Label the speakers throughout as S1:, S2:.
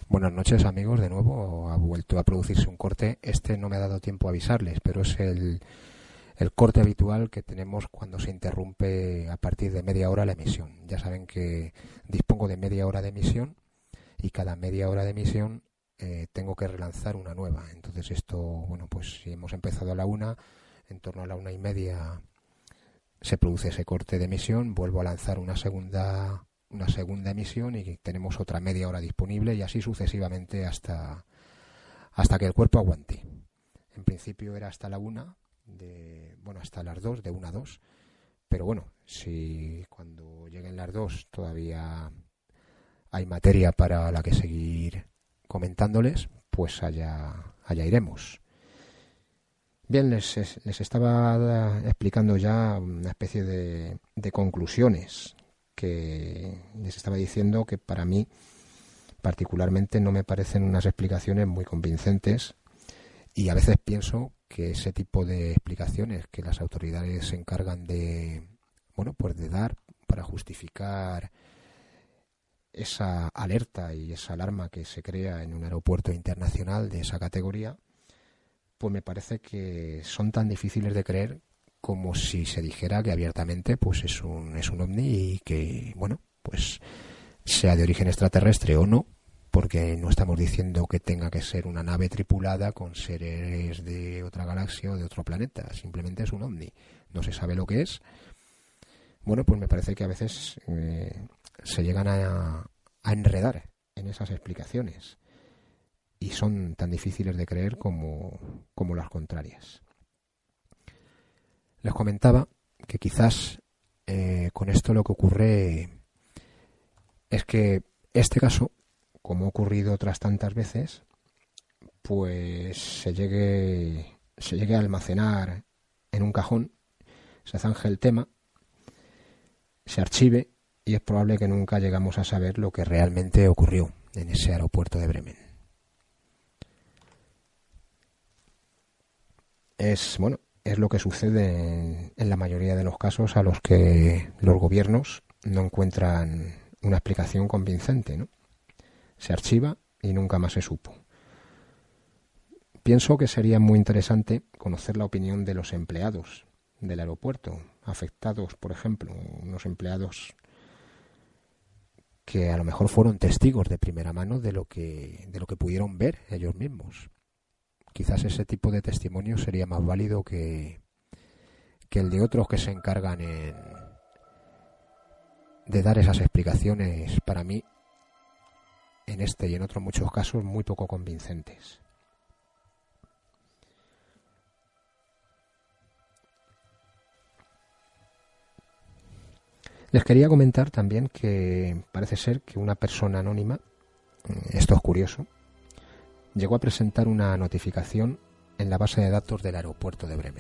S1: Buenas noches, amigos. De nuevo ha vuelto a producirse un corte. Este no me ha dado tiempo a avisarles, pero es el corte habitual que tenemos cuando se interrumpe a partir de media hora la emisión. Ya saben que dispongo de media hora de emisión y cada media hora de emisión tengo que relanzar una nueva. Entonces esto, bueno, pues si hemos empezado a la una, en torno a la 1:30 se produce ese corte de emisión, vuelvo a lanzar una segunda emisión y tenemos otra media hora disponible y así sucesivamente hasta que el cuerpo aguante. En principio era hasta la 1, hasta las 2, de 1 a 2, pero bueno, si cuando lleguen las 2 todavía hay materia para la que seguir comentándoles, pues allá iremos. Bien, les estaba explicando ya una especie de conclusiones que les estaba diciendo que para mí particularmente no me parecen unas explicaciones muy convincentes y a veces pienso que ese tipo de explicaciones que las autoridades se encargan de dar para justificar esa alerta y esa alarma que se crea en un aeropuerto internacional de esa categoría, pues me parece que son tan difíciles de creer como si se dijera que abiertamente pues es un ovni y que, bueno, pues sea de origen extraterrestre o no, porque no estamos diciendo que tenga que ser una nave tripulada con seres de otra galaxia o de otro planeta, simplemente es un ovni, no se sabe lo que es. Bueno, pues me parece que a veces se llegan a enredar en esas explicaciones y son tan difíciles de creer como las contrarias. Les comentaba que quizás con esto lo que ocurre es que este caso, como ha ocurrido otras tantas veces, pues se llegue a almacenar en un cajón, se zanje el tema, se archive y es probable que nunca llegamos a saber lo que realmente ocurrió en ese aeropuerto de Bremen. Es lo que sucede en la mayoría de los casos a los que los gobiernos no encuentran una explicación convincente, ¿no? Se archiva y nunca más se supo. Pienso que sería muy interesante conocer la opinión de los empleados del aeropuerto, afectados, por ejemplo, unos empleados que a lo mejor fueron testigos de primera mano de lo que pudieron ver ellos mismos. Quizás ese tipo de testimonio sería más válido que el de otros que se encargan de dar esas explicaciones, para mí, en este y en otros muchos casos, muy poco convincentes. Les quería comentar también que parece ser que una persona anónima, esto es curioso, llegó a presentar una notificación en la base de datos del aeropuerto de Bremen.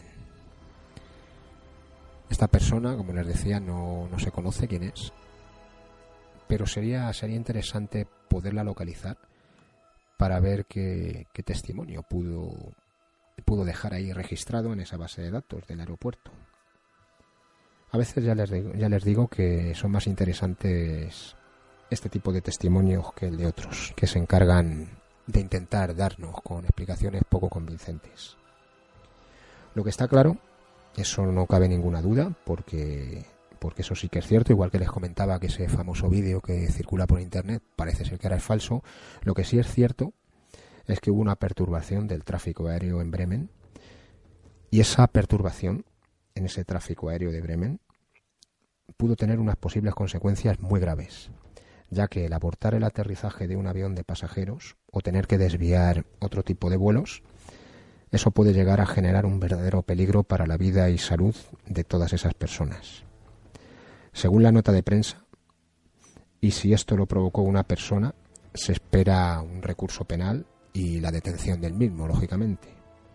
S1: Esta persona, como les decía, no se conoce quién es, pero sería interesante poderla localizar para ver qué testimonio pudo dejar ahí registrado en esa base de datos del aeropuerto. A veces ya les digo que son más interesantes este tipo de testimonios que el de otros, que se encargan de intentar darnos con explicaciones poco convincentes. Lo que está claro, eso no cabe ninguna duda, porque eso sí que es cierto, igual que les comentaba que ese famoso vídeo que circula por internet parece ser que ahora es falso. Lo que sí es cierto es que hubo una perturbación del tráfico aéreo en Bremen, y esa perturbación en ese tráfico aéreo de Bremen pudo tener unas posibles consecuencias muy graves, ya que el abortar el aterrizaje de un avión de pasajeros o tener que desviar otro tipo de vuelos, eso puede llegar a generar un verdadero peligro para la vida y salud de todas esas personas. Según la nota de prensa, y si esto lo provocó una persona, se espera un recurso penal y la detención del mismo, lógicamente.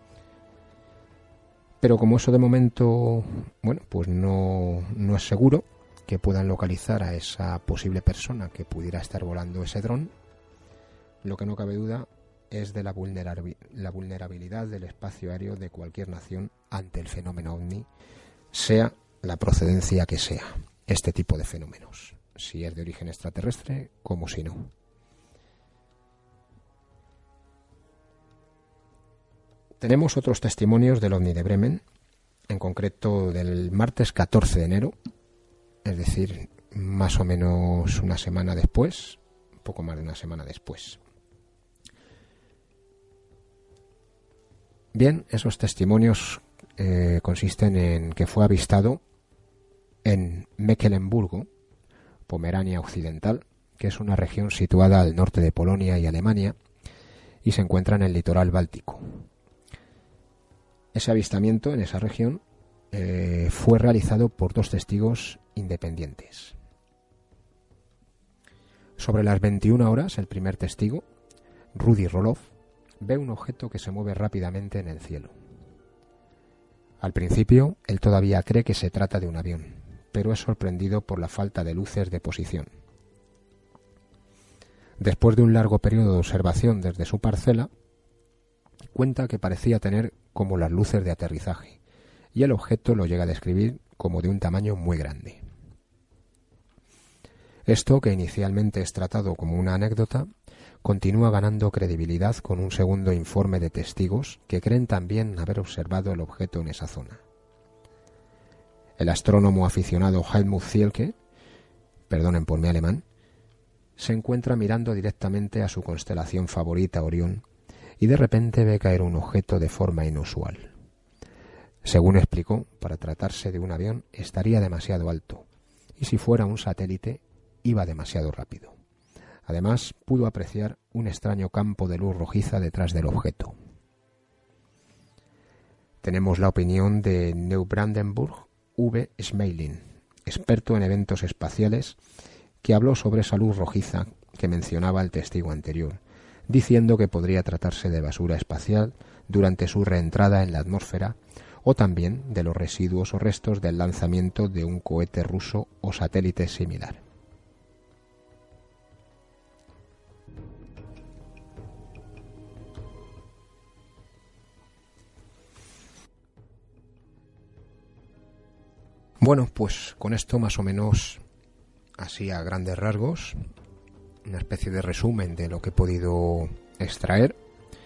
S1: Pero como eso de momento, pues no es seguro que puedan localizar a esa posible persona que pudiera estar volando ese dron, lo que no cabe duda es de la vulnerabilidad del espacio aéreo de cualquier nación ante el fenómeno ovni, sea la procedencia que sea este tipo de fenómenos, si es de origen extraterrestre como si no. Tenemos otros testimonios del OVNI de Bremen, en concreto del martes 14 de enero, es decir, más o menos una semana después, un poco más de una semana después. Bien, esos testimonios consisten en que fue avistado en Mecklemburgo, Pomerania Occidental, que es una región situada al norte de Polonia y Alemania y se encuentra en el litoral báltico. Ese avistamiento en esa región fue realizado por 2 testigos independientes. Sobre las 21 horas, el primer testigo, Rudy Roloff, ve un objeto que se mueve rápidamente en el cielo. Al principio, él todavía cree que se trata de un avión, pero es sorprendido por la falta de luces de posición. Después de un largo periodo de observación desde su parcela, cuenta que parecía tener como las luces de aterrizaje, y el objeto lo llega a describir como de un tamaño muy grande. Esto, que inicialmente es tratado como una anécdota, continúa ganando credibilidad con un segundo informe de testigos que creen también haber observado el objeto en esa zona. El astrónomo aficionado Helmut Thielke, perdonen por mi alemán, se encuentra mirando directamente a su constelación favorita, Orión, y de repente ve caer un objeto de forma inusual. Según explicó, para tratarse de un avión estaría demasiado alto, y si fuera un satélite, iba demasiado rápido. Además, pudo apreciar un extraño campo de luz rojiza detrás del objeto. Tenemos la opinión de Neubrandenburg V. Schmeling, experto en eventos espaciales, que habló sobre esa luz rojiza que mencionaba el testigo anterior, diciendo que podría tratarse de basura espacial durante su reentrada en la atmósfera o también de los residuos o restos del lanzamiento de un cohete ruso o satélite similar. Bueno, pues con esto más o menos, así a grandes rasgos, una especie de resumen de lo que he podido extraer,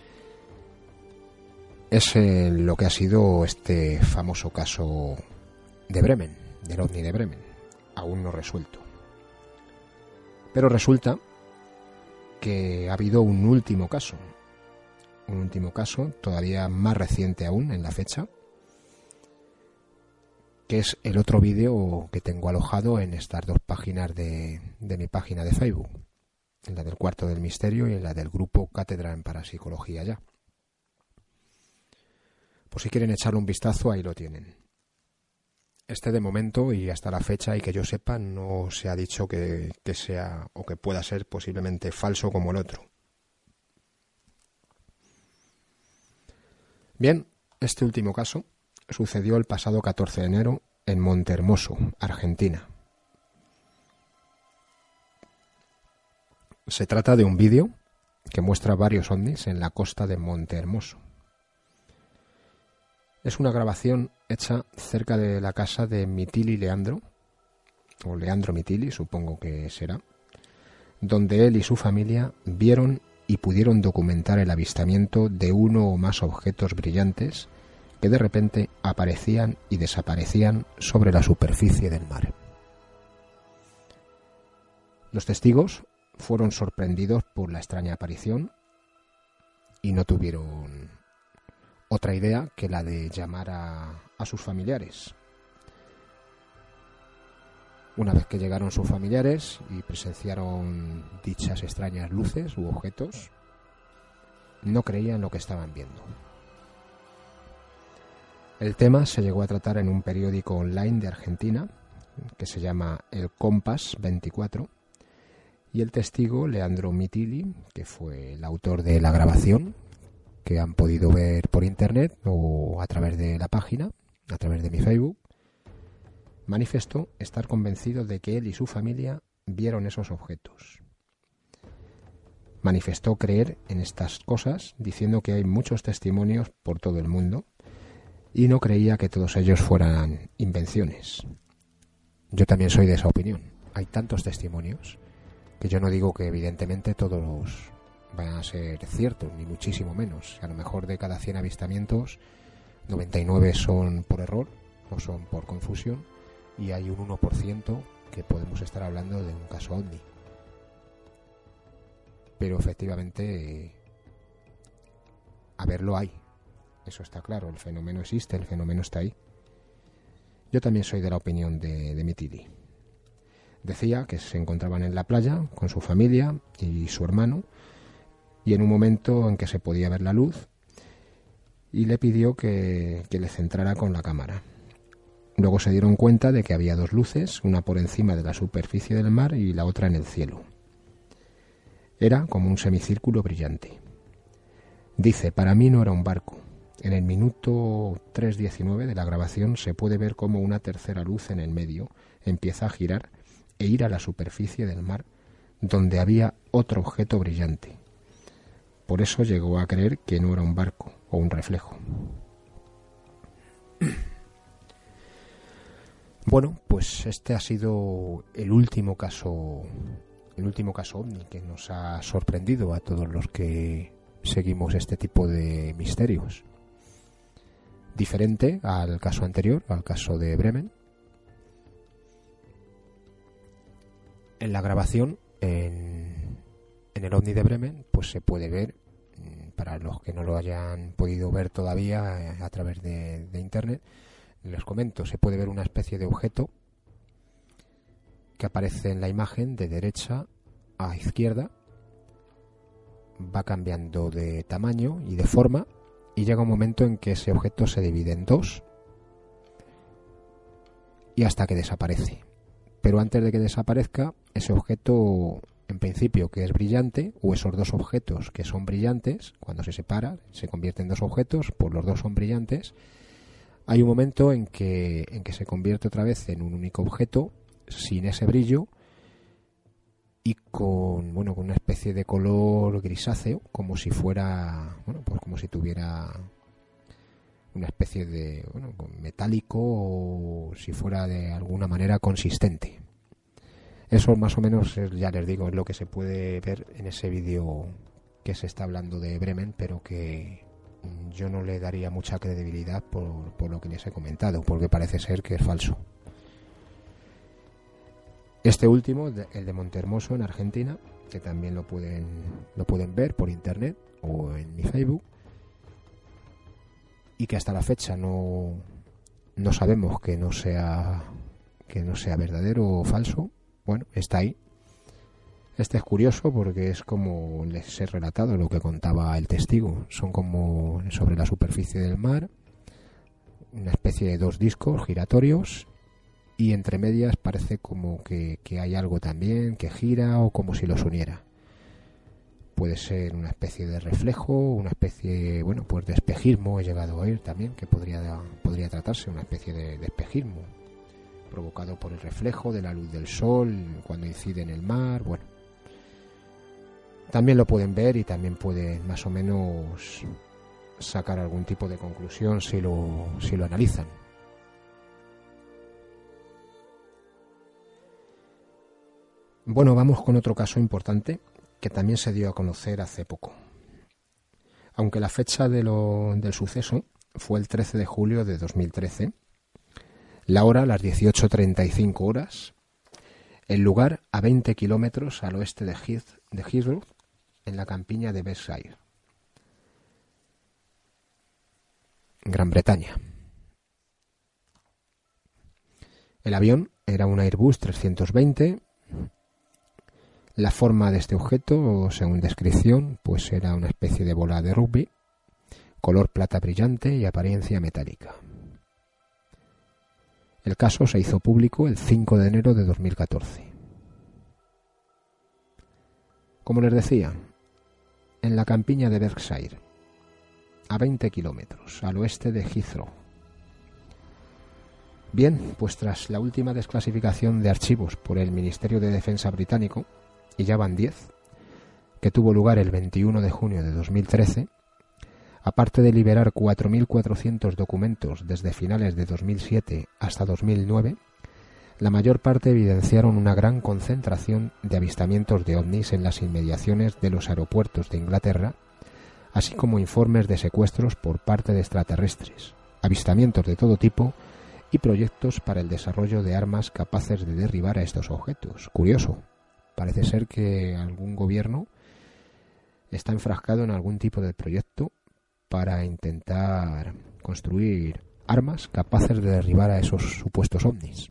S1: es lo que ha sido este famoso caso de Bremen, del OVNI de Bremen, aún no resuelto. Pero resulta que ha habido un último caso todavía más reciente aún en la fecha, que es el otro vídeo que tengo alojado en estas 2 páginas de mi página de Facebook, en la del Cuarto del Misterio y en la del grupo Cátedra en Parapsicología ya. Por si quieren echarle un vistazo, ahí lo tienen. Este de momento y hasta la fecha, y que yo sepa, no se ha dicho que sea o que pueda ser posiblemente falso como el otro. Bien, este último caso sucedió el pasado 14 de enero en Montehermoso, Argentina. Se trata de un vídeo que muestra varios ovnis en la costa de Montehermoso. Es una grabación hecha cerca de la casa de Mitili Leandro, o Leandro Mitili, supongo que será, donde él y su familia vieron y pudieron documentar el avistamiento de uno o más objetos brillantes que de repente aparecían y desaparecían sobre la superficie del mar. Los testigos fueron sorprendidos por la extraña aparición y no tuvieron otra idea que la de llamar a sus familiares. Una vez que llegaron sus familiares y presenciaron dichas extrañas luces u objetos, no creían lo que estaban viendo. El tema se llegó a tratar en un periódico online de Argentina que se llama El Compás 24, y el testigo Leandro Mitili, que fue el autor de la grabación que han podido ver por internet o a través de la página, a través de mi Facebook, manifestó estar convencido de que él y su familia vieron esos objetos. Manifestó creer en estas cosas, diciendo que hay muchos testimonios por todo el mundo y no creía que todos ellos fueran invenciones. Yo también soy de esa opinión. Hay tantos testimonios que yo no digo que evidentemente todos van a ser ciertos, ni muchísimo menos. A lo mejor de cada 100 avistamientos, 99 son por error o son por confusión, y hay un 1% que podemos estar hablando de un caso ovni. Pero efectivamente, a verlo hay. Eso está claro, el fenómeno existe, el fenómeno está ahí. Yo también soy de la opinión de Mitili. Decía que se encontraban en la playa con su familia y su hermano, y en un momento en que se podía ver la luz, y le pidió que le centrara con la cámara. Luego se dieron cuenta de que había dos luces, una por encima de la superficie del mar y la otra en el cielo. Era como un semicírculo brillante. Dice, para mí no era un barco. En el minuto 3:19 de la grabación se puede ver cómo una tercera luz en el medio empieza a girar e ir a la superficie del mar, donde había otro objeto brillante. Por eso llegó a creer que no era un barco o un reflejo. Bueno, pues este ha sido el último caso ovni que nos ha sorprendido a todos los que seguimos este tipo de misterios. Diferente al caso anterior, al caso de Bremen. En la grabación, en el ovni de Bremen, pues se puede ver, para los que no lo hayan podido ver todavía a través de internet, les comento, se puede ver una especie de objeto que aparece en la imagen de derecha a izquierda, va cambiando de tamaño y de forma, y llega un momento en que ese objeto se divide en dos y hasta que desaparece. Pero antes de que desaparezca, ese objeto, en principio, que es brillante, o esos dos objetos que son brillantes, cuando se separan, se convierten en dos objetos, pues los dos son brillantes. Hay un momento en que se convierte otra vez en un único objeto, sin ese brillo, y con una especie de color grisáceo, como si fuera, pues como si tuviera una especie de, metálico, o si fuera de alguna manera consistente. Eso más o menos, ya les digo, es lo que se puede ver en ese vídeo que se está hablando de Bremen, pero que yo no le daría mucha credibilidad por lo que les he comentado, porque parece ser que es falso. Este último, el de Montehermoso en Argentina, que también lo pueden ver por internet o en mi Facebook, y que hasta la fecha no sabemos que no sea verdadero o falso. Bueno, está ahí. Este es curioso porque es como les he relatado lo que contaba el testigo. Son como sobre la superficie del mar, una especie de dos discos giratorios, y entre medias parece como que hay algo también que gira, o como si los uniera. Puede ser una especie de reflejo, una especie, pues de espejismo, he llegado a oír también, que podría tratarse una especie de espejismo provocado por el reflejo de la luz del sol cuando incide en el mar. Bueno, también lo pueden ver y también pueden más o menos sacar algún tipo de conclusión si lo analizan. Bueno, vamos con otro caso importante que también se dio a conocer hace poco. Aunque la fecha del suceso fue el 13 de julio de 2013, la hora las 18:35 horas, el lugar a 20 kilómetros al oeste de Heathrow, en la campiña de Berkshire, Gran Bretaña. El avión era un Airbus 320. La forma de este objeto, según descripción, pues era una especie de bola de rugby, color plata brillante y apariencia metálica. El caso se hizo público el 5 de enero de 2014. Como les decía, en la campiña de Berkshire, a 20 kilómetros al oeste de Heathrow. Bien, pues tras la última desclasificación de archivos por el Ministerio de Defensa británico, y ya van 10, que tuvo lugar el 21 de junio de 2013, aparte de liberar 4.400 documentos desde finales de 2007 hasta 2009, La mayor parte evidenciaron una gran concentración de avistamientos de ovnis en las inmediaciones de los aeropuertos de Inglaterra, así como informes de secuestros por parte de extraterrestres, avistamientos de todo tipo y proyectos para el desarrollo de armas capaces de derribar a estos objetos. Curioso, parece ser que algún gobierno está enfrascado en algún tipo de proyecto para intentar construir armas capaces de derribar a esos supuestos ovnis.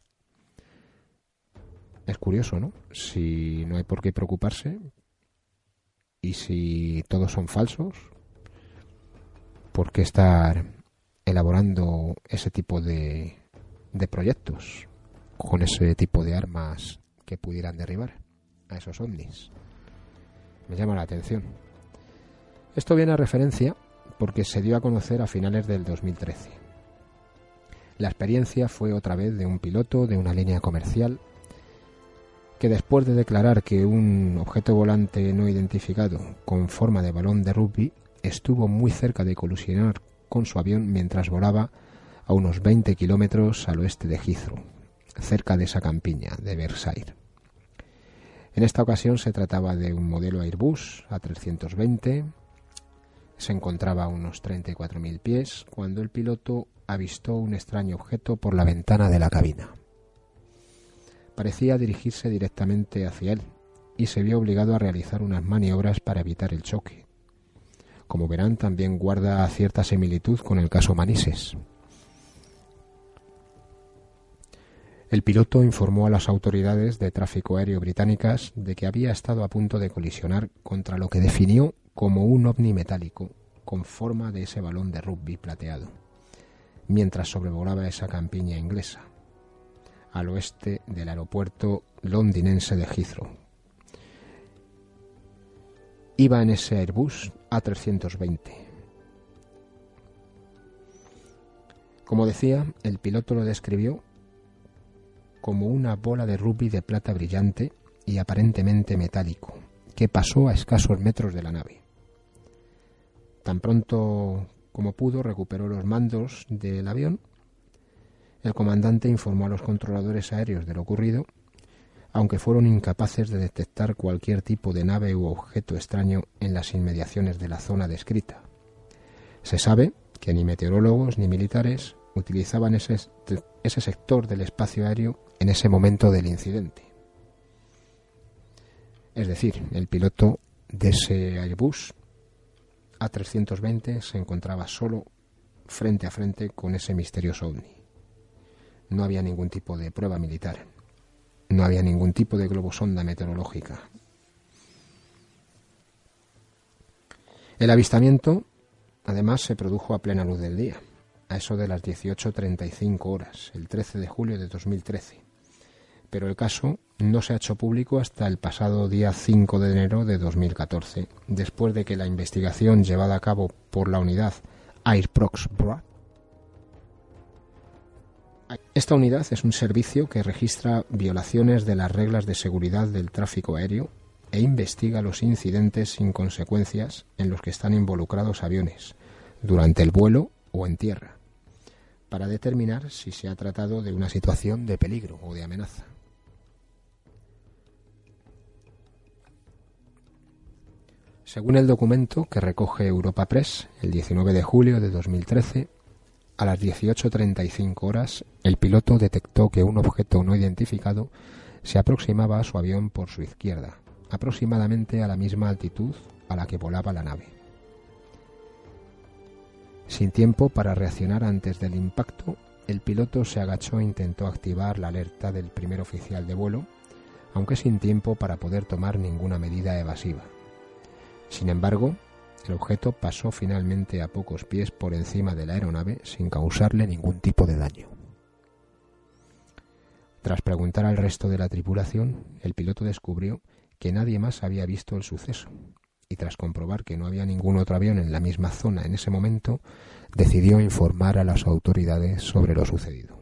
S1: Es curioso, ¿no? Si no hay por qué preocuparse y si todos son falsos, ¿por qué estar elaborando ese tipo de proyectos con ese tipo de armas que pudieran derribar a esos ovnis? Me llama la atención. Esto viene a referencia porque se dio a conocer a finales del 2013. La experiencia fue otra vez de un piloto de una línea comercial que, después de declarar que un objeto volante no identificado con forma de balón de rugby estuvo muy cerca de colisionar con su avión mientras volaba a unos 20 kilómetros al oeste de Heathrow, cerca de esa campiña de Versailles. En esta ocasión se trataba de un modelo Airbus A320, se encontraba a unos 34.000 pies cuando el piloto avistó un extraño objeto por la ventana de la cabina. Parecía dirigirse directamente hacia él y se vio obligado a realizar unas maniobras para evitar el choque. Como verán, también guarda cierta similitud con el caso Manises. El piloto informó a las autoridades de tráfico aéreo británicas de que había estado a punto de colisionar contra lo que definió como un ovni metálico con forma de ese balón de rugby plateado, mientras sobrevolaba esa campiña inglesa, al oeste del aeropuerto londinense de Heathrow. Iba en ese Airbus A320. Como decía, el piloto lo describió como una bola de rugby de plata brillante y aparentemente metálico, que pasó a escasos metros de la nave. Tan pronto como pudo, recuperó los mandos del avión. El comandante informó a los controladores aéreos de lo ocurrido, aunque fueron incapaces de detectar cualquier tipo de nave u objeto extraño en las inmediaciones de la zona descrita. Se sabe que ni meteorólogos ni militares utilizaban ese sector del espacio aéreo en ese momento del incidente. Es decir, el piloto de ese Airbus A320 se encontraba solo frente a frente con ese misterioso ovni. No había ningún tipo de prueba militar. No había ningún tipo de globosonda meteorológica. El avistamiento, además, se produjo a plena luz del día, a eso de las 18:35 horas, el 13 de julio de 2013. Pero el caso no se ha hecho público hasta el pasado día 5 de enero de 2014, después de que la investigación llevada a cabo por la unidad Airprox Broad. Esta unidad es un servicio que registra violaciones de las reglas de seguridad del tráfico aéreo e investiga los incidentes sin consecuencias en los que están involucrados aviones, durante el vuelo o en tierra, para determinar si se ha tratado de una situación de peligro o de amenaza. Según el documento que recoge Europa Press, el 19 de julio de 2013, a las 18:35 horas, el piloto detectó que un objeto no identificado se aproximaba a su avión por su izquierda, aproximadamente a la misma altitud a la que volaba la nave. Sin tiempo para reaccionar antes del impacto, el piloto se agachó e intentó activar la alerta del primer oficial de vuelo, aunque sin tiempo para poder tomar ninguna medida evasiva. Sin embargo, el objeto pasó finalmente a pocos pies por encima de la aeronave sin causarle ningún tipo de daño. Tras preguntar al resto de la tripulación, el piloto descubrió que nadie más había visto el suceso y, tras comprobar que no había ningún otro avión en la misma zona en ese momento, decidió informar a las autoridades sobre lo sucedido.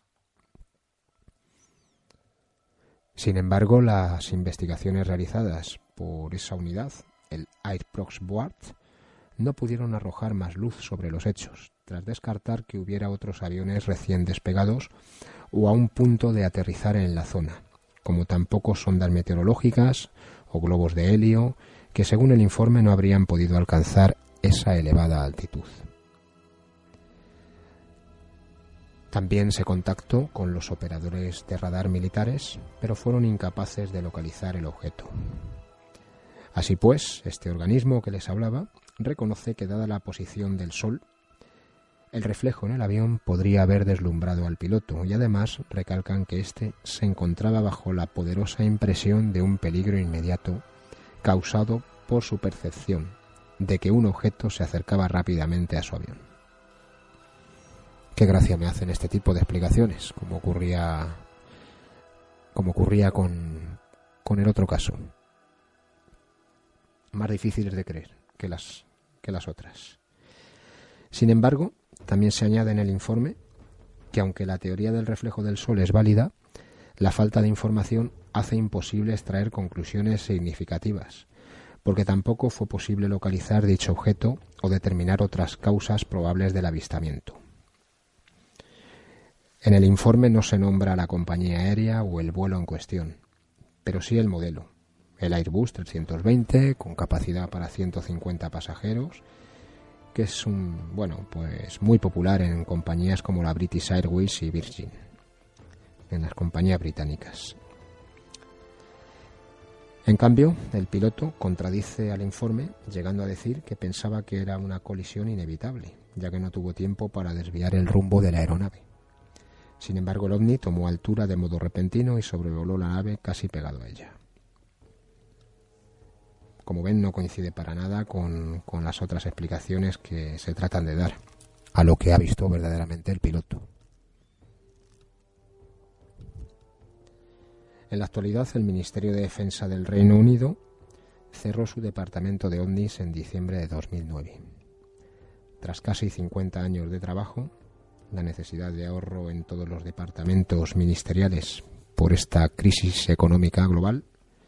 S1: Sin embargo, las investigaciones realizadas por esa unidad, el Airprox Board, no pudieron arrojar más luz sobre los hechos, tras descartar que hubiera otros aviones recién despegados o a un punto de aterrizar en la zona, como tampoco sondas meteorológicas o globos de helio, que según el informe no habrían podido alcanzar esa elevada altitud. También se contactó con los operadores de radar militares, pero fueron incapaces de localizar el objeto. Así pues, este organismo que les hablaba reconoce que, dada la posición del Sol, el reflejo en el avión podría haber deslumbrado al piloto, y además recalcan que éste se encontraba bajo la poderosa impresión de un peligro inmediato causado por su percepción de que un objeto se acercaba rápidamente a su avión. Qué gracia me hacen este tipo de explicaciones, como ocurría con el otro caso. Más difíciles de creer que las otras. Sin embargo, también se añade en el informe que, aunque la teoría del reflejo del Sol es válida, la falta de información hace imposible extraer conclusiones significativas, porque tampoco fue posible localizar dicho objeto o determinar otras causas probables del avistamiento. En el informe no se nombra la compañía aérea o el vuelo en cuestión, pero sí el modelo, el Airbus 320 con capacidad para 150 pasajeros, que es muy popular en compañías como la British Airways y Virgin, en las compañías británicas. En cambio, el piloto contradice al informe, llegando a decir que pensaba que era una colisión inevitable, ya que no tuvo tiempo para desviar el rumbo de la aeronave. Sin embargo, el ovni tomó altura de modo repentino y sobrevoló la nave casi pegado a ella. Como ven, no coincide para nada con las otras explicaciones que se tratan de dar a lo que ha visto verdaderamente el piloto. En la actualidad, el Ministerio de Defensa del Reino Unido cerró su departamento de ovnis en diciembre de 2009. Tras casi 50 años de trabajo, la necesidad de ahorro en todos los departamentos ministeriales por esta crisis económica global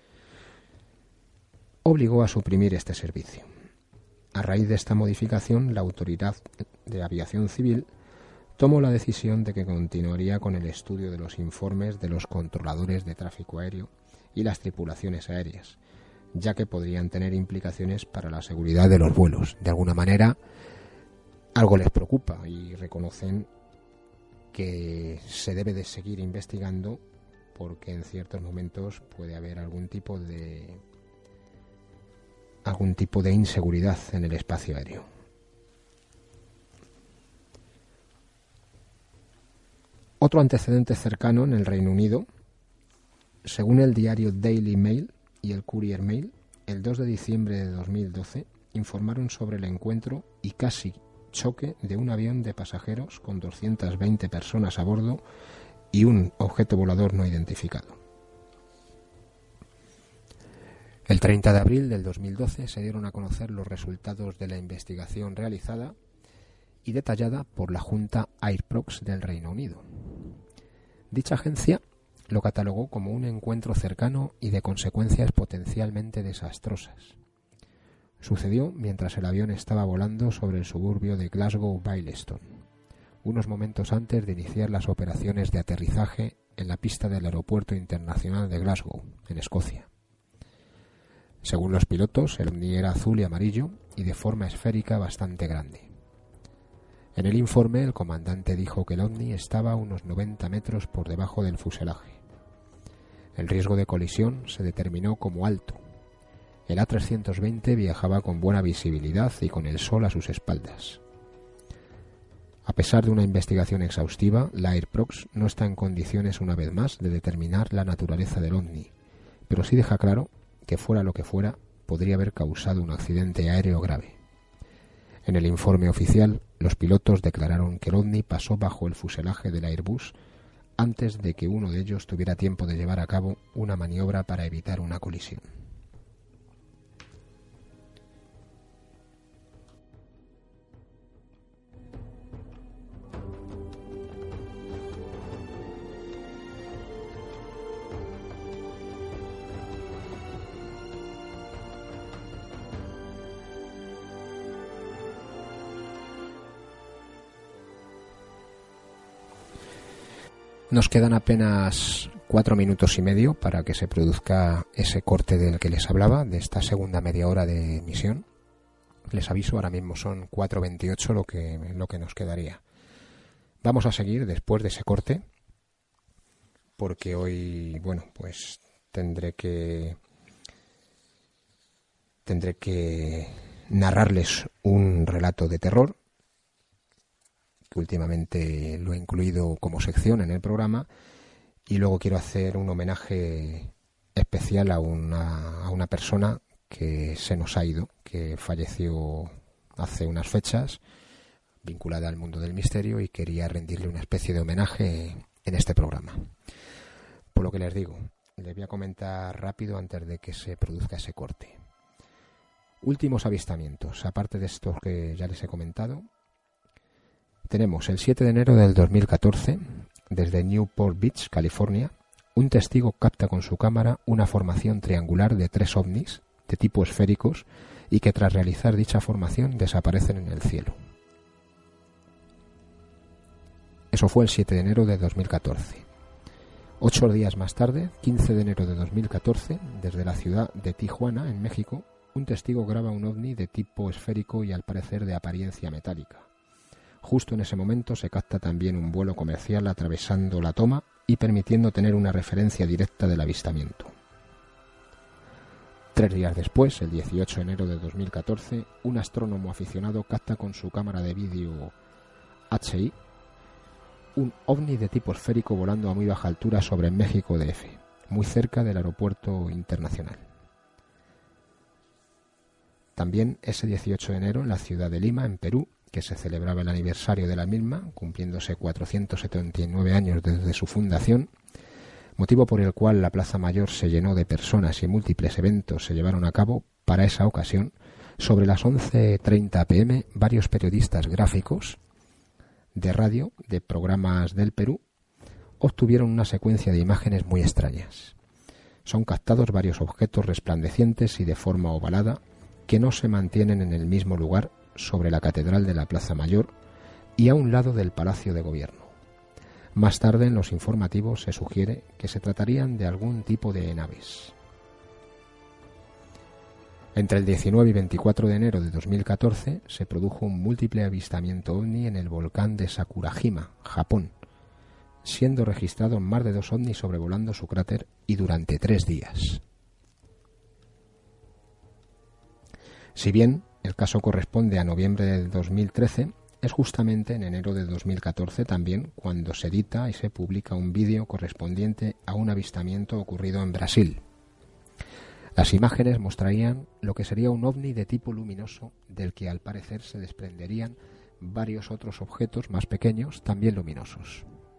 S1: obligó a suprimir este servicio. A raíz de esta modificación, la Autoridad de Aviación Civil tomó la decisión de que continuaría con el estudio de los informes de los controladores de tráfico aéreo y las tripulaciones aéreas, ya que podrían tener implicaciones para la seguridad de los vuelos. De alguna manera, algo les preocupa y reconocen que se debe de seguir investigando, porque en ciertos momentos puede haber algún tipo de inseguridad en el espacio aéreo. Otro antecedente cercano en el Reino Unido, según el diario Daily Mail y el Courier Mail, el 2 de diciembre de 2012 informaron sobre el encuentro y casi choque de un avión de pasajeros con 220 personas a bordo y un objeto volador no identificado. El 30 de abril del 2012 se dieron a conocer los resultados de la investigación realizada y detallada por la Junta Airprox del Reino Unido. Dicha agencia lo catalogó como un encuentro cercano y de consecuencias potencialmente desastrosas. Sucedió mientras el avión estaba volando sobre el suburbio de Glasgow-Baileystone, unos momentos antes de iniciar las operaciones de aterrizaje en la pista del Aeropuerto Internacional de Glasgow, en Escocia. Según los pilotos, el ovni era azul y amarillo y de forma esférica bastante grande. En el informe, el comandante dijo que el ovni estaba a unos 90 metros por debajo del fuselaje. El riesgo de colisión se determinó como alto. El A320 viajaba con buena visibilidad y con el sol a sus espaldas. A pesar de una investigación exhaustiva, la Airprox no está en condiciones, una vez más, de determinar la naturaleza del ovni, pero sí deja claro que, fuera lo que fuera, podría haber causado un accidente aéreo grave. En el informe oficial, los pilotos declararon que el ovni pasó bajo el fuselaje del Airbus antes de que uno de ellos tuviera tiempo de llevar a cabo una maniobra para evitar una colisión. Nos quedan apenas 4 minutos y medio para que se produzca ese corte del que les hablaba, de esta segunda media hora de emisión. Les aviso, ahora mismo son 4:28 lo que nos quedaría. Vamos a seguir después de ese corte, porque hoy, bueno, pues tendré que narrarles un relato de terror, que últimamente lo he incluido como sección en el programa, y luego quiero hacer un homenaje especial a una persona que se nos ha ido, que falleció hace unas fechas, vinculada al mundo del misterio, y quería rendirle una especie de homenaje en este programa. Por lo que les digo, les voy a comentar rápido antes de que se produzca ese corte. Últimos avistamientos, aparte de estos que ya les he comentado, tenemos el 7 de enero del 2014, desde Newport Beach, California, un testigo capta con su cámara una formación triangular de 3 ovnis de tipo esféricos y que tras realizar dicha formación desaparecen en el cielo. Eso fue el 7 de enero de 2014. 8 días más tarde, 15 de enero de 2014, desde la ciudad de Tijuana, en México, un testigo graba un ovni de tipo esférico y al parecer de apariencia metálica. Justo en ese momento se capta también un vuelo comercial atravesando la toma y permitiendo tener una referencia directa del avistamiento. 3 días después, el 18 de enero de 2014, un astrónomo aficionado capta con su cámara de vídeo HI un ovni de tipo esférico volando a muy baja altura sobre México DF, muy cerca del aeropuerto internacional. También ese 18 de enero, en la ciudad de Lima, en Perú, que se celebraba el aniversario de la misma, cumpliéndose 479 años desde su fundación, motivo por el cual la Plaza Mayor se llenó de personas y múltiples eventos se llevaron a cabo para esa ocasión. Sobre las 11:30 p.m, varios periodistas gráficos de radio de programas del Perú obtuvieron una secuencia de imágenes muy extrañas. Son captados varios objetos resplandecientes y de forma ovalada que no se mantienen en el mismo lugar sobre la Catedral de la Plaza Mayor y a un lado del Palacio de Gobierno. Más tarde, en los informativos, se sugiere que se tratarían de algún tipo de naves. Entre el 19 y 24 de enero de 2014 se produjo un múltiple avistamiento ovni en el volcán de Sakurajima, Japón, siendo registrados más de 2 ovnis sobrevolando su cráter y durante 3 días. Si bien el caso corresponde a noviembre de 2013, es justamente en enero de 2014 también cuando se edita y se publica un vídeo correspondiente a un avistamiento ocurrido en Brasil. Las imágenes mostrarían lo que sería un ovni de tipo luminoso del que al parecer se desprenderían varios otros objetos más pequeños también luminosos.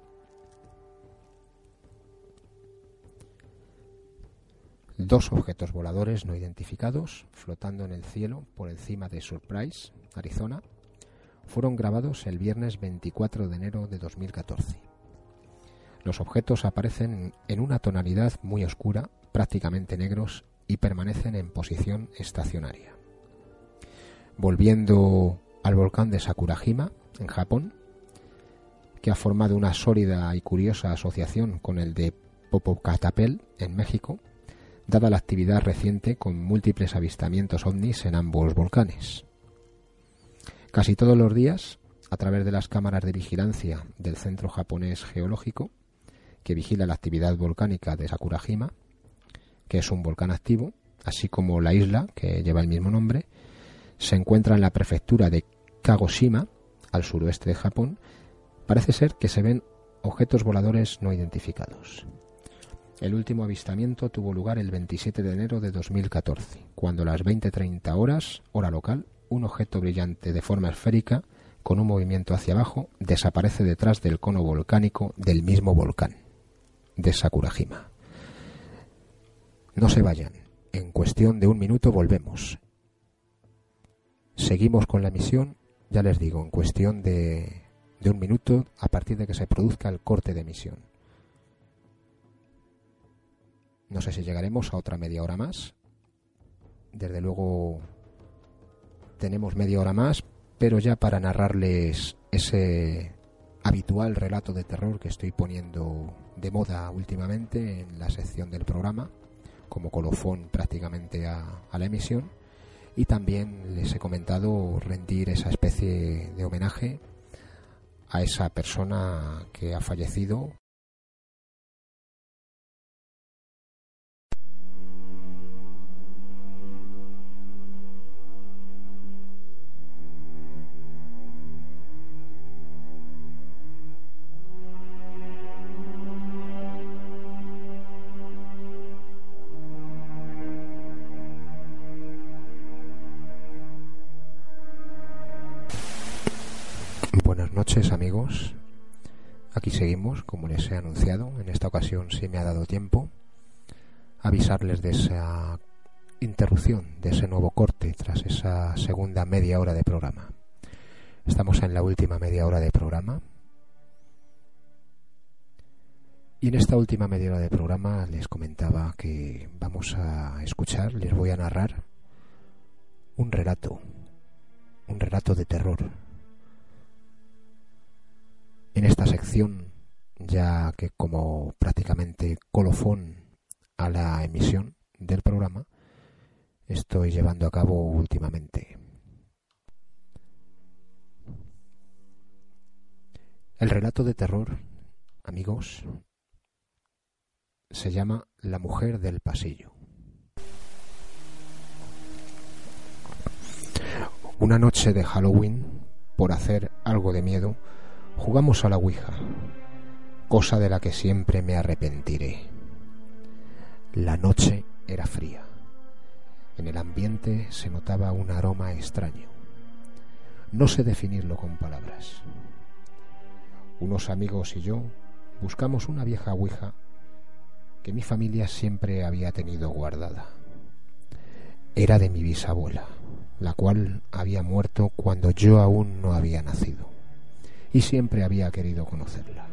S1: Dos objetos voladores no identificados flotando en el cielo por encima de Surprise, Arizona, fueron grabados el viernes 24 de enero de 2014. Los objetos aparecen en una tonalidad muy oscura, prácticamente negros, y permanecen en posición estacionaria. Volviendo al volcán de Sakurajima, en Japón, que ha formado una sólida y curiosa asociación con el de Popocatépetl, en México, dada la actividad reciente con múltiples avistamientos ovnis en ambos volcanes. Casi todos los días, a través de las cámaras de vigilancia del Centro Japonés Geológico, que vigila la actividad volcánica de Sakurajima, que es un volcán activo, así como la isla, que lleva el mismo nombre, se encuentra en la prefectura de Kagoshima, al suroeste de Japón. Parece ser que se ven objetos voladores no identificados. El último avistamiento tuvo lugar el 27 de enero de 2014, cuando a las 20:30 horas, hora local, un objeto brillante de forma esférica, con un movimiento hacia abajo, desaparece detrás del cono volcánico del mismo volcán, de Sakurajima. No se vayan, en cuestión de 1 minuto volvemos. Seguimos con la emisión, ya les digo, en cuestión de 1 minuto a partir de que se produzca el corte de emisión. No sé si llegaremos a otra media hora más. Desde luego tenemos media hora más, pero ya para narrarles ese habitual relato de terror que estoy poniendo de moda últimamente en la sección del programa, como colofón prácticamente a la emisión. Y también les he comentado rendir esa especie de homenaje a esa persona que ha fallecido. Buenas noches, amigos. Aquí seguimos, como les he anunciado. En esta ocasión sí me ha dado tiempo a avisarles de esa interrupción, de ese nuevo corte tras esa segunda media hora de programa. Estamos en la última media hora de programa. Y en esta última media hora de programa les comentaba que vamos a escuchar, les voy a narrar un relato de terror. En esta sección, ya que como prácticamente colofón a la emisión del programa, estoy llevando a cabo últimamente. El relato de terror, amigos, se llama La mujer del pasillo. Una noche de Halloween, por hacer algo de miedo, jugamos a la Ouija, cosa de la que siempre me arrepentiré. La noche era fría. En el ambiente se notaba un aroma extraño. No sé definirlo con palabras. Unos amigos y yo buscamos una vieja Ouija que mi familia siempre había tenido guardada. Era de mi bisabuela, la cual había muerto cuando yo aún no había nacido. Y siempre había querido conocerla.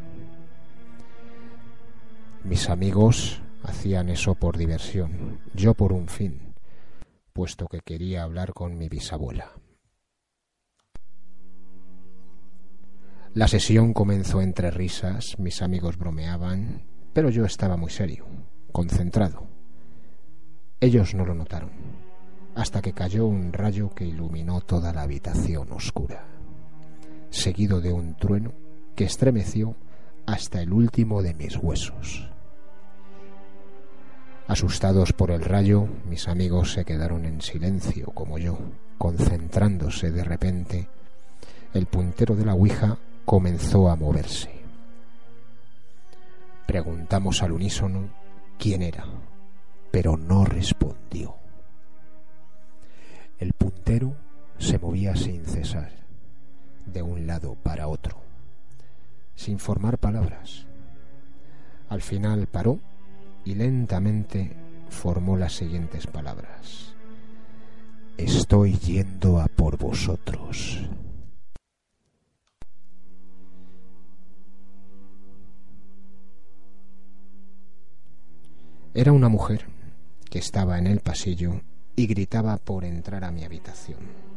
S1: Mis amigos hacían eso por diversión, yo por un fin, puesto que quería hablar con mi bisabuela. La sesión comenzó entre risas, mis amigos bromeaban, pero yo estaba muy serio, concentrado. Ellos no lo notaron, hasta que cayó un rayo que iluminó toda la habitación oscura, seguido de un trueno que estremeció hasta el último de mis huesos. Asustados por el rayo, mis amigos se quedaron en silencio como yo, concentrándose. De repente, el puntero de la Ouija comenzó a moverse. Preguntamos al unísono quién era, pero no respondió. El puntero se movía sin cesar, de un lado para otro, sin formar palabras. Al final paró y lentamente formó las siguientes palabras: estoy yendo a por vosotros. Era una mujer que estaba en el pasillo y gritaba por entrar a mi habitación.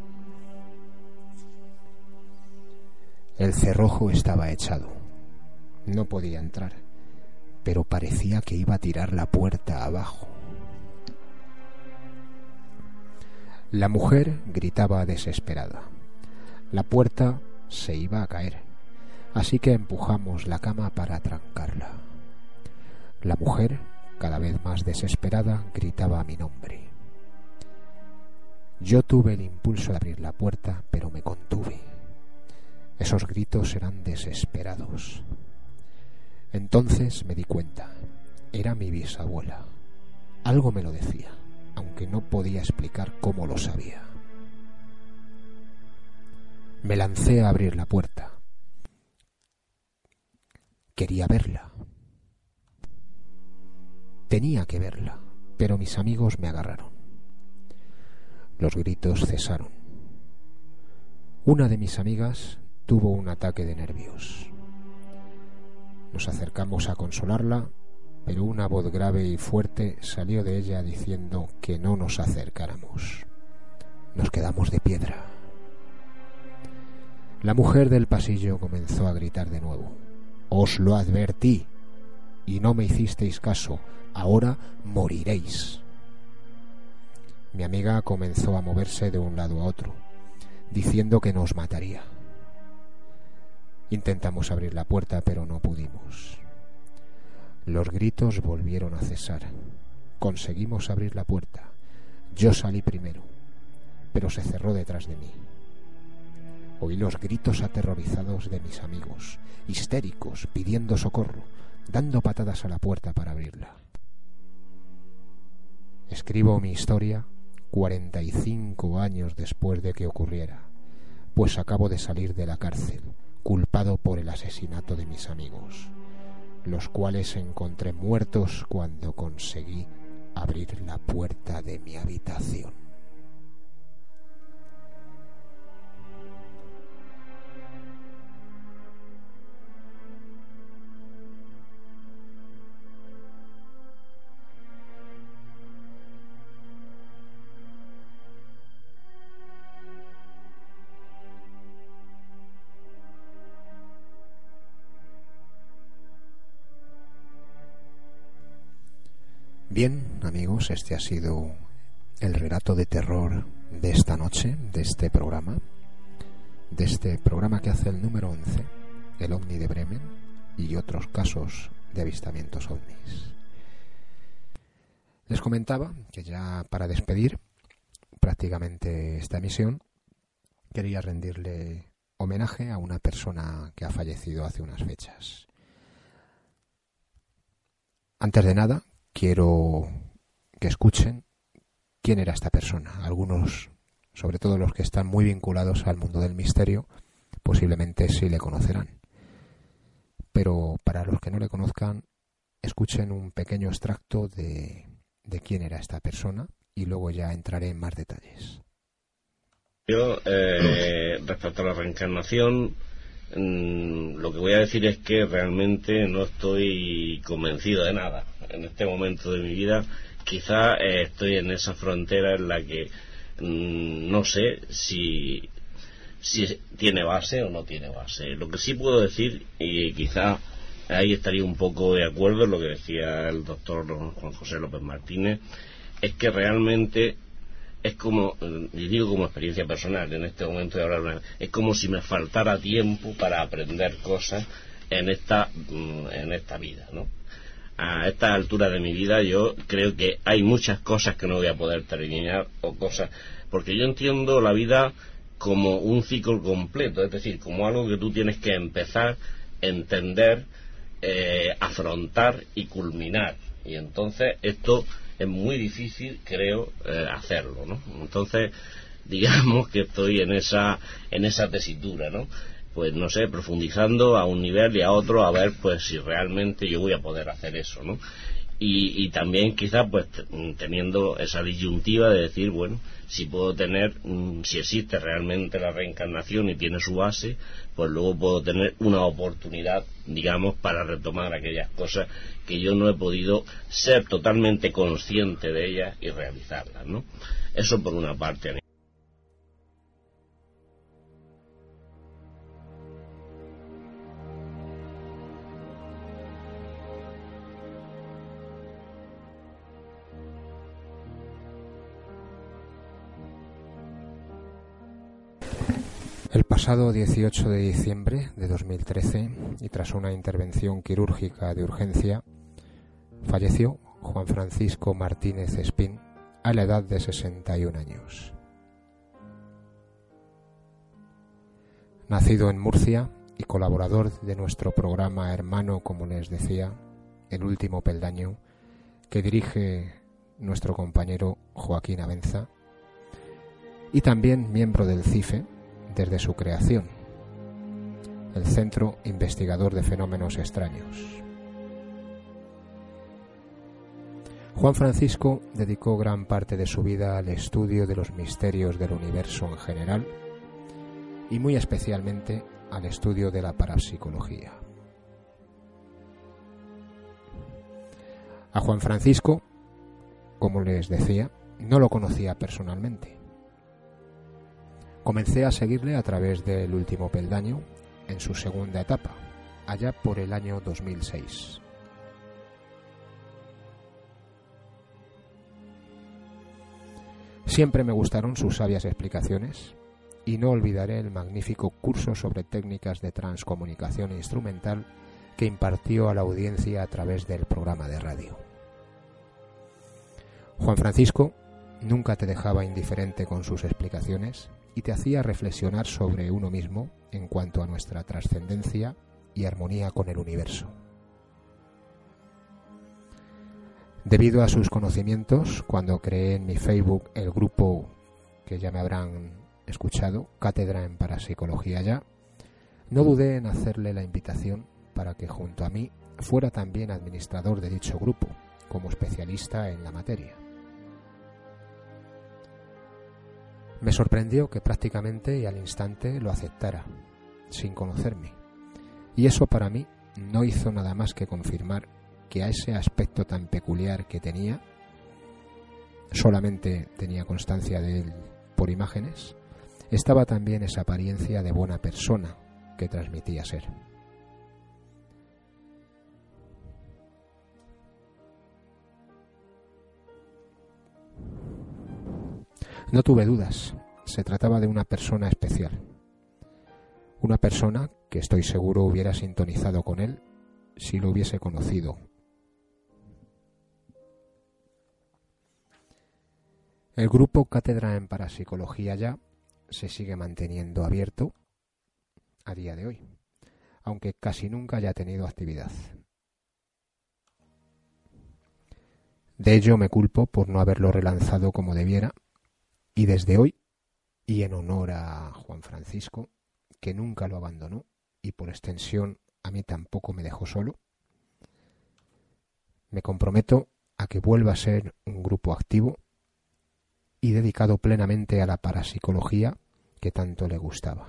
S1: El cerrojo estaba echado. No podía entrar, pero parecía que iba a tirar la puerta abajo. La mujer gritaba desesperada. La puerta se iba a caer, así que empujamos la cama para trancarla. La mujer, cada vez más desesperada, gritaba mi nombre. Yo tuve el impulso de abrir la puerta, pero me contuve. Esos gritos eran desesperados. Entonces me di cuenta. Era mi bisabuela. Algo me lo decía, aunque no podía explicar cómo lo sabía. Me lancé a abrir la puerta. Quería verla. Tenía que verla, pero mis amigos me agarraron. Los gritos cesaron. Una de mis amigas tuvo un ataque de nervios. Nos acercamos a consolarla, pero una voz grave y fuerte salió de ella diciendo que no nos acercáramos. Nos quedamos de piedra. La mujer del pasillo comenzó a gritar de nuevo: «Os lo advertí, y no me hicisteis caso. Ahora moriréis». Mi amiga comenzó a moverse de un lado a otro, diciendo que nos mataría. Intentamos abrir la puerta, pero no pudimos. Los gritos volvieron a cesar. Conseguimos abrir la puerta. Yo salí primero, pero se cerró detrás de mí. Oí los gritos aterrorizados de mis amigos, histéricos, pidiendo socorro, dando patadas a la puerta para abrirla. Escribo mi historia 45 años después de que ocurriera, pues acabo de salir de la cárcel, culpado por el asesinato de mis amigos, los cuales encontré muertos cuando conseguí abrir la puerta de mi habitación. Bien, amigos, este ha sido el relato de terror de esta noche, de este programa que hace el número 11, el OVNI de Bremen y otros casos de avistamientos ovnis. Les comentaba que ya para despedir prácticamente esta emisión quería rendirle homenaje a una persona que ha fallecido hace unas fechas. Antes de nada, quiero que escuchen quién era esta persona. Algunos, sobre todo los que están muy vinculados al mundo del misterio, posiblemente sí le conocerán. Pero para los que no le conozcan, escuchen un pequeño extracto de quién era esta persona y luego ya entraré en más detalles.
S2: Yo, respecto a la reencarnación, lo que voy a decir es que realmente no estoy convencido de nada. En este momento de mi vida quizá estoy en esa frontera en la que no sé si tiene base o no tiene base. Lo que sí puedo decir, y quizá ahí estaría un poco de acuerdo en lo que decía el doctor Juan José López Martínez, es que realmente es como, y digo como experiencia personal, en este momento de hablar, es como si me faltara tiempo para aprender cosas en esta vida, ¿no? A esta altura de mi vida yo creo que hay muchas cosas que no voy a poder terminar, o cosas, porque yo entiendo la vida como un ciclo completo, es decir, como algo que tú tienes que empezar, entender, afrontar y culminar, y entonces esto es muy difícil, creo, hacerlo, ¿no? Entonces, digamos que estoy en esa tesitura, ¿no? Pues no sé, profundizando a un nivel y a otro, a ver pues si realmente yo voy a poder hacer eso, ¿no? Y también quizás pues teniendo esa disyuntiva de decir, bueno, si puedo tener, si existe realmente la reencarnación y tiene su base, pues luego puedo tener una oportunidad, digamos, para retomar aquellas cosas que yo no he podido ser totalmente consciente de ellas y realizarlas, ¿no? Eso por una parte.
S1: El pasado 18 de diciembre de 2013, y tras una intervención quirúrgica de urgencia, falleció Juan Francisco Martínez Espín a la edad de 61 años. Nacido en Murcia y colaborador de nuestro programa hermano, como les decía, El Último Peldaño, que dirige nuestro compañero Joaquín Abenza, y también miembro del CIFE desde su creación, el Centro Investigador de Fenómenos Extraños. Juan Francisco dedicó gran parte de su vida al estudio de los misterios del universo en general y muy especialmente al estudio de la parapsicología. A Juan Francisco, como les decía, no lo conocía personalmente. Comencé a seguirle a través del Último Peldaño en su segunda etapa, allá por el año 2006. Siempre me gustaron sus sabias explicaciones y no olvidaré el magnífico curso sobre técnicas de transcomunicación instrumental que impartió a la audiencia a través del programa de radio. Juan Francisco nunca te dejaba indiferente con sus explicaciones y te hacía reflexionar sobre uno mismo en cuanto a nuestra trascendencia y armonía con el universo. Debido a sus conocimientos, cuando creé en mi Facebook el grupo que ya me habrán escuchado, Cátedra en Parapsicología Ya, no dudé en hacerle la invitación para que junto a mí fuera también administrador de dicho grupo, como especialista en la materia. Me sorprendió que prácticamente y al instante lo aceptara, sin conocerme, y eso para mí no hizo nada más que confirmar que a ese aspecto tan peculiar que tenía, solamente tenía constancia de él por imágenes, estaba también esa apariencia de buena persona que transmitía ser. No tuve dudas, se trataba de una persona especial, una persona que estoy seguro hubiera sintonizado con él si lo hubiese conocido. El grupo Cátedra en Parapsicología Ya se sigue manteniendo abierto a día de hoy, aunque casi nunca haya tenido actividad. De ello me culpo por no haberlo relanzado como debiera, y desde hoy, y en honor a Juan Francisco, que nunca lo abandonó y por extensión a mí tampoco me dejó solo, me comprometo a que vuelva a ser un grupo activo y dedicado plenamente a la parapsicología que tanto le gustaba.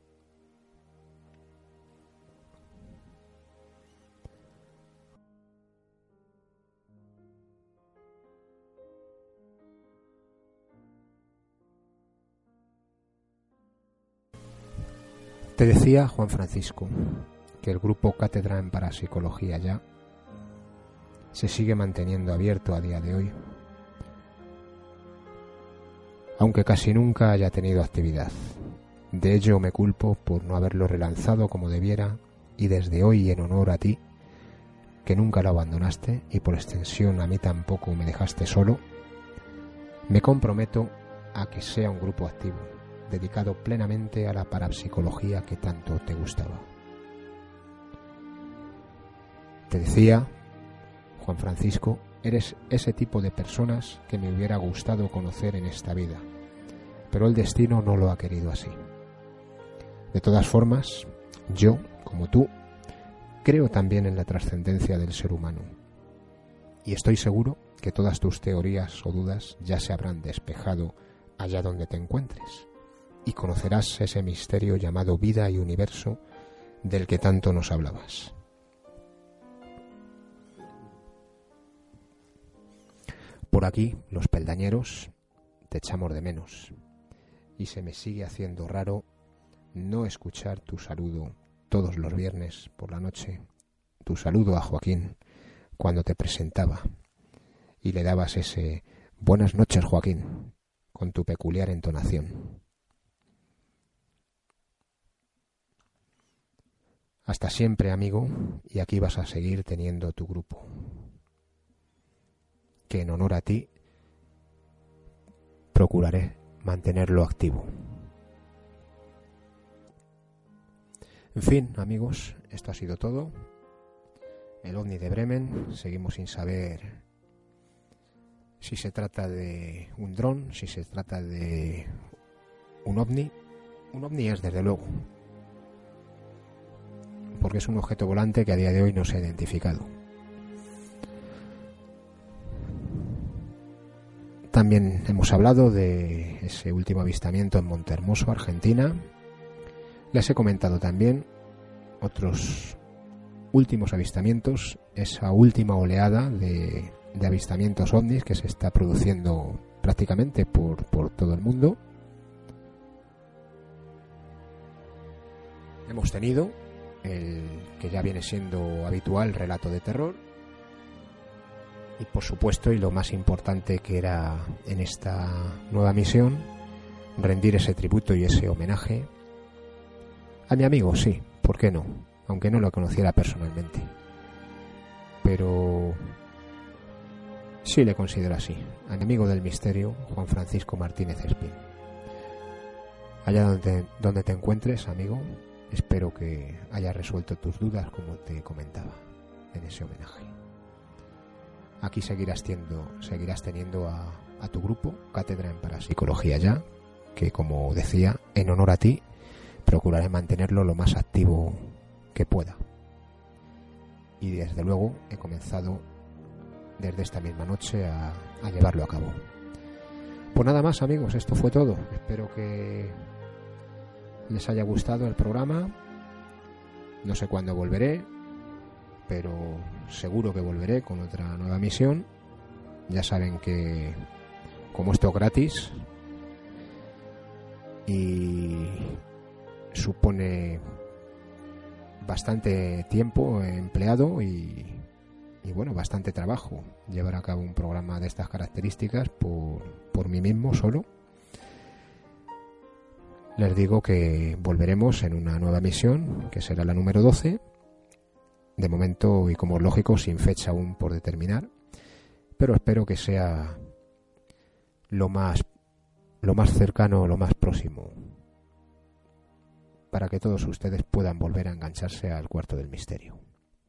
S1: Te decía, Juan Francisco, que el grupo Cátedra en Parapsicología Ya se sigue manteniendo abierto a día de hoy, aunque casi nunca haya tenido actividad. De ello me culpo por no haberlo relanzado como debiera, y desde hoy, en honor a ti, que nunca lo abandonaste y por extensión a mí tampoco me dejaste solo, me comprometo a que sea un grupo activo, dedicado plenamente a la parapsicología que tanto te gustaba. Te decía, Juan Francisco, eres ese tipo de personas que me hubiera gustado conocer en esta vida, pero el destino no lo ha querido así. De todas formas, yo, como tú, creo también en la trascendencia del ser humano, y estoy seguro que todas tus teorías o dudas ya se habrán despejado allá donde te encuentres, y conocerás ese misterio llamado vida y universo del que tanto nos hablabas. Por aquí, los peldañeros, te echamos de menos, y se me sigue haciendo raro no escuchar tu saludo todos los viernes por la noche, tu saludo a Joaquín cuando te presentaba y le dabas ese buenas noches, Joaquín, con tu peculiar entonación. Hasta siempre, amigo, y aquí vas a seguir teniendo tu grupo, que en honor a ti procuraré mantenerlo activo. En fin, amigos, esto ha sido todo. El OVNI de Bremen, seguimos sin saber si se trata de un dron, si se trata de un OVNI. Un OVNI es, desde luego, porque es un objeto volante que a día de hoy no se ha identificado. También hemos hablado de ese último avistamiento en Montehermoso, Argentina. Les he comentado también otros últimos avistamientos, esa última oleada de avistamientos ovnis que se está produciendo prácticamente por todo el mundo. Hemos tenido el que ya viene siendo habitual, relato de terror, y por supuesto, y lo más importante que era en esta nueva misión, rendir ese tributo y ese homenaje a mi amigo, sí, ¿por qué no? Aunque no lo conociera personalmente, pero sí le considero así, a mi amigo del misterio, Juan Francisco Martínez Espín. Allá donde te encuentres, amigo, espero que hayas resuelto tus dudas, como te comentaba en ese homenaje. Aquí seguirás teniendo a tu grupo, Cátedra en Parapsicología Ya, que, como decía, en honor a ti, procuraré mantenerlo lo más activo que pueda. Y desde luego he comenzado desde esta misma noche a llevarlo a cabo. Pues nada más, amigos, esto fue todo. Espero que les haya gustado el programa. No sé cuándo volveré, pero seguro que volveré con otra nueva misión. Ya saben que, como esto es gratis y supone bastante tiempo empleado y bueno, bastante trabajo llevar a cabo un programa de estas características por mí mismo solo, les digo que volveremos en una nueva misión, que será la número 12, de momento, y como es lógico, sin fecha aún por determinar, pero espero que sea lo más cercano, lo más próximo, para que todos ustedes puedan volver a engancharse al Cuarto del Misterio.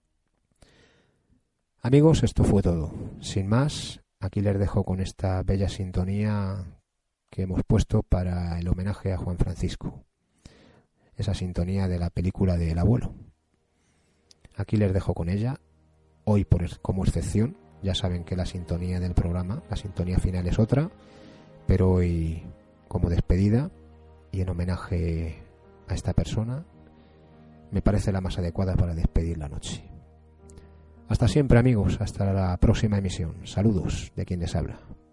S1: Amigos, esto fue todo. Sin más, aquí les dejo con esta bella sintonía que hemos puesto para el homenaje a Juan Francisco. Esa sintonía de la película de El Abuelo. Aquí les dejo con ella. Hoy, como excepción, ya saben que la sintonía del programa, la sintonía final es otra, pero hoy, como despedida y en homenaje a esta persona, me parece la más adecuada para despedir la noche. Hasta siempre, amigos, hasta la próxima emisión. Saludos de quien les habla.